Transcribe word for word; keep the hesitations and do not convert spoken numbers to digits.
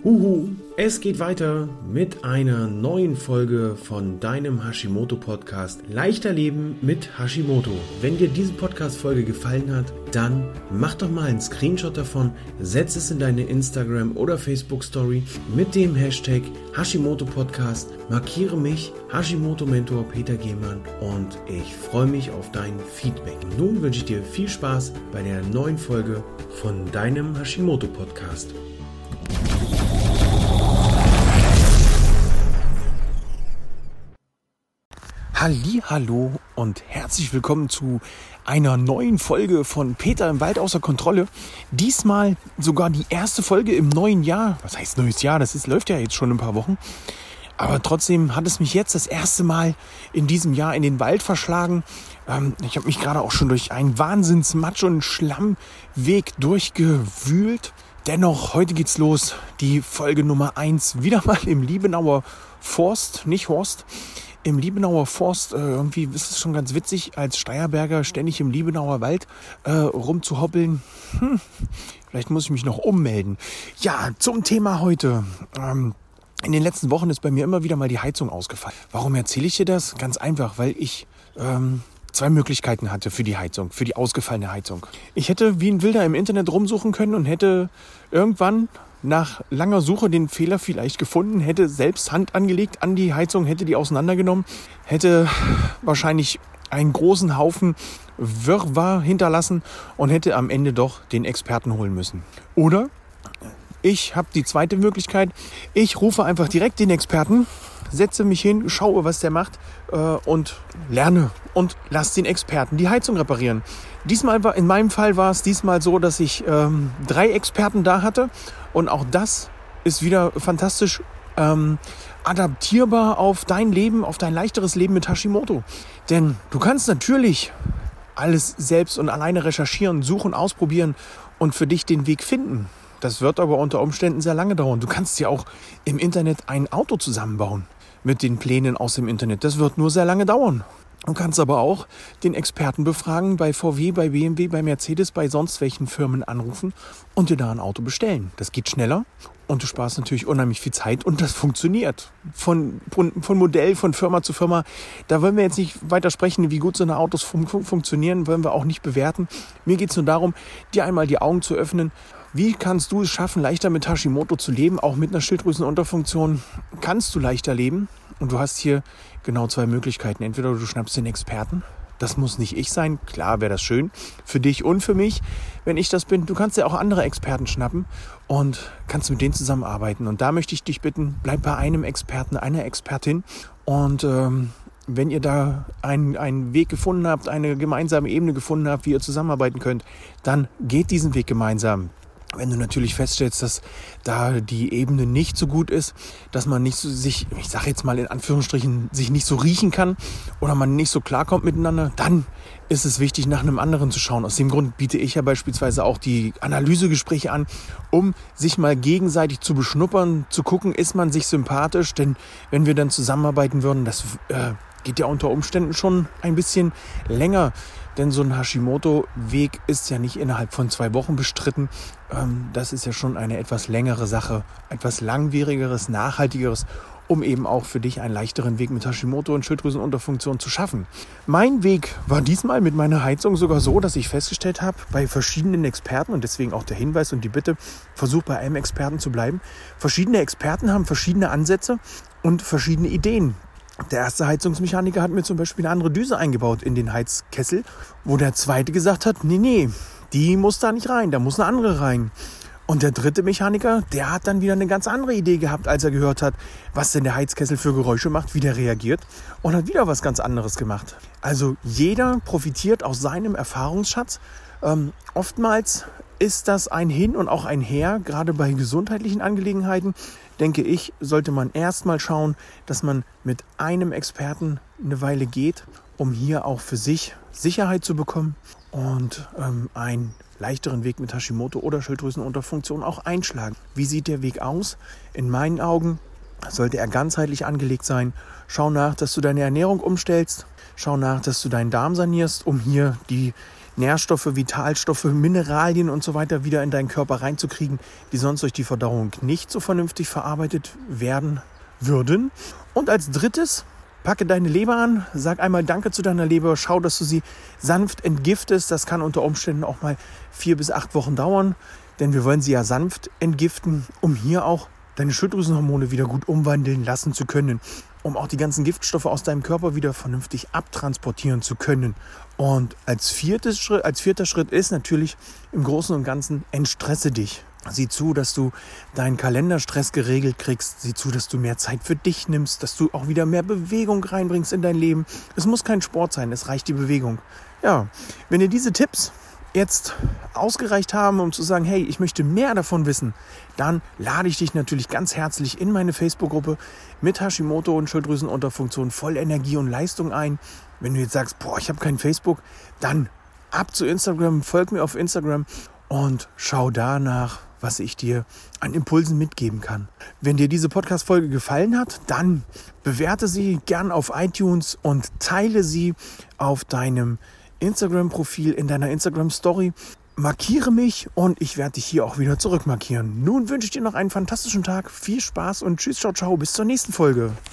Huhu, es geht weiter mit einer neuen Folge von deinem Hashimoto-Podcast Leichter Leben mit Hashimoto. Wenn dir diese Podcast-Folge gefallen hat, dann mach doch mal einen Screenshot davon, setz es in deine Instagram- oder Facebook-Story mit dem Hashtag Hashimoto-Podcast, markiere mich, Hashimoto-Mentor Peter Gehmann, und ich freue mich auf dein Feedback. Nun wünsche ich dir viel Spaß bei der neuen Folge von deinem Hashimoto-Podcast. Hallihallo und herzlich willkommen zu einer neuen Folge von Peter im Wald außer Kontrolle. Diesmal sogar die erste Folge im neuen Jahr. Was heißt neues Jahr? Das ist, läuft ja jetzt schon ein paar Wochen. Aber trotzdem hat es mich jetzt das erste Mal in diesem Jahr in den Wald verschlagen. Ähm, ich habe mich gerade auch schon durch einen Wahnsinns-Matsch- und Schlammweg durchgewühlt. Dennoch, heute geht's los. Die Folge Nummer eins. Wieder mal im Liebenauer Forst, nicht Horst. Im Liebenauer Forst, äh, irgendwie ist es schon ganz witzig, als Steierberger ständig im Liebenauer Wald äh, rumzuhoppeln. Hm, vielleicht muss ich mich noch ummelden. Ja, zum Thema heute. Ähm, in den letzten Wochen ist bei mir immer wieder mal die Heizung ausgefallen. Warum erzähle ich dir das? Ganz einfach, weil ich ähm, zwei Möglichkeiten hatte für die Heizung, für die ausgefallene Heizung. Ich hätte wie ein Wilder im Internet rumsuchen können und hätte irgendwann nach langer Suche den Fehler vielleicht gefunden, hätte selbst Hand angelegt an die Heizung, hätte die auseinandergenommen, hätte wahrscheinlich einen großen Haufen Wirrwarr hinterlassen und hätte am Ende doch den Experten holen müssen. Oder ich habe die zweite Möglichkeit, ich rufe einfach direkt den Experten, setze mich hin, schaue, was der macht äh, und lerne und lasse den Experten die Heizung reparieren. Diesmal war, in meinem Fall war es diesmal so, dass ich ähm, drei Experten da hatte, und auch das ist wieder fantastisch ähm, adaptierbar auf dein Leben, auf dein leichteres Leben mit Hashimoto. Denn du kannst natürlich alles selbst und alleine recherchieren, suchen, ausprobieren und für dich den Weg finden. Das wird aber unter Umständen sehr lange dauern. Du kannst ja auch im Internet ein Auto zusammenbauen mit den Plänen aus dem Internet. Das wird nur sehr lange dauern. Du kannst aber auch den Experten befragen, bei V W, bei B M W, bei Mercedes, bei sonst welchen Firmen anrufen und dir da ein Auto bestellen. Das geht schneller und du sparst natürlich unheimlich viel Zeit und das funktioniert. Von, von, von Modell, von Firma zu Firma, da wollen wir jetzt nicht weiter sprechen, wie gut so eine Autos fun- funktionieren, wollen wir auch nicht bewerten. Mir geht es nur darum, dir einmal die Augen zu öffnen. Wie kannst du es schaffen, leichter mit Hashimoto zu leben? Auch mit einer Schilddrüsenunterfunktion kannst du leichter leben. Und du hast hier genau zwei Möglichkeiten. Entweder du schnappst den Experten. Das muss nicht ich sein. Klar wäre das schön für dich und für mich, wenn ich das bin. Du kannst ja auch andere Experten schnappen und kannst mit denen zusammenarbeiten. Und da möchte ich dich bitten, bleib bei einem Experten, einer Expertin. Und ähm, wenn ihr da einen, einen Weg gefunden habt, eine gemeinsame Ebene gefunden habt, wie ihr zusammenarbeiten könnt, dann geht diesen Weg gemeinsam. Wenn du natürlich feststellst, dass da die Ebene nicht so gut ist, dass man nicht so sich, ich sage jetzt mal in Anführungsstrichen, sich nicht so riechen kann oder man nicht so klarkommt miteinander, dann ist es wichtig, nach einem anderen zu schauen. Aus dem Grund biete ich ja beispielsweise auch die Analysegespräche an, um sich mal gegenseitig zu beschnuppern, zu gucken, ist man sich sympathisch, denn wenn wir dann zusammenarbeiten würden, das äh, geht ja unter Umständen schon ein bisschen länger. Denn so ein Hashimoto-Weg ist ja nicht innerhalb von zwei Wochen bestritten. Ähm, das ist ja schon eine etwas längere Sache, etwas langwierigeres, nachhaltigeres, um eben auch für dich einen leichteren Weg mit Hashimoto und Schilddrüsenunterfunktion zu schaffen. Mein Weg war diesmal mit meiner Heizung sogar so, dass ich festgestellt habe, bei verschiedenen Experten, und deswegen auch der Hinweis und die Bitte, versuch bei einem Experten zu bleiben. Verschiedene Experten haben verschiedene Ansätze und verschiedene Ideen. Der erste Heizungsmechaniker hat mir zum Beispiel eine andere Düse eingebaut in den Heizkessel, wo der zweite gesagt hat, nee, nee, die muss da nicht rein, da muss eine andere rein. Und der dritte Mechaniker, der hat dann wieder eine ganz andere Idee gehabt, als er gehört hat, was denn der Heizkessel für Geräusche macht, wie der reagiert, und hat wieder was ganz anderes gemacht. Also jeder profitiert aus seinem Erfahrungsschatz. Ähm, oftmals ist das ein Hin und auch ein Her, gerade bei gesundheitlichen Angelegenheiten, denke ich, sollte man erstmal schauen, dass man mit einem Experten eine Weile geht, um hier auch für sich Sicherheit zu bekommen und ähm, einen leichteren Weg mit Hashimoto oder Schilddrüsenunterfunktion auch einschlagen. Wie sieht der Weg aus? In meinen Augen sollte er ganzheitlich angelegt sein. Schau nach, dass du deine Ernährung umstellst. Schau nach, dass du deinen Darm sanierst, um hier die Nährstoffe, Vitalstoffe, Mineralien und so weiter wieder in deinen Körper reinzukriegen, die sonst durch die Verdauung nicht so vernünftig verarbeitet werden würden. Und als drittes, packe deine Leber an, sag einmal Danke zu deiner Leber, schau, dass du sie sanft entgiftest. Das kann unter Umständen auch mal vier bis acht Wochen dauern, denn wir wollen sie ja sanft entgiften, um hier auch deine Schilddrüsenhormone wieder gut umwandeln lassen zu können, um auch die ganzen Giftstoffe aus deinem Körper wieder vernünftig abtransportieren zu können. Und als, viertes Schritt, als vierter Schritt ist natürlich im Großen und Ganzen, entstresse dich. Sieh zu, dass du deinen Kalenderstress geregelt kriegst. Sieh zu, dass du mehr Zeit für dich nimmst, dass du auch wieder mehr Bewegung reinbringst in dein Leben. Es muss kein Sport sein, es reicht die Bewegung. Ja, wenn dir diese Tipps jetzt ausgereicht haben, um zu sagen, hey, ich möchte mehr davon wissen, dann lade ich dich natürlich ganz herzlich in meine Facebook-Gruppe mit Hashimoto und Schilddrüsenunterfunktion voll Energie und Leistung ein. Wenn du jetzt sagst, boah, ich habe kein Facebook, dann ab zu Instagram, folg mir auf Instagram und schau danach, was ich dir an Impulsen mitgeben kann. Wenn dir diese Podcast-Folge gefallen hat, dann bewerte sie gern auf iTunes und teile sie auf deinem Instagram-Profil, in deiner Instagram-Story. Markiere mich und ich werde dich hier auch wieder zurückmarkieren. Nun wünsche ich dir noch einen fantastischen Tag, viel Spaß und tschüss, ciao, ciao, bis zur nächsten Folge.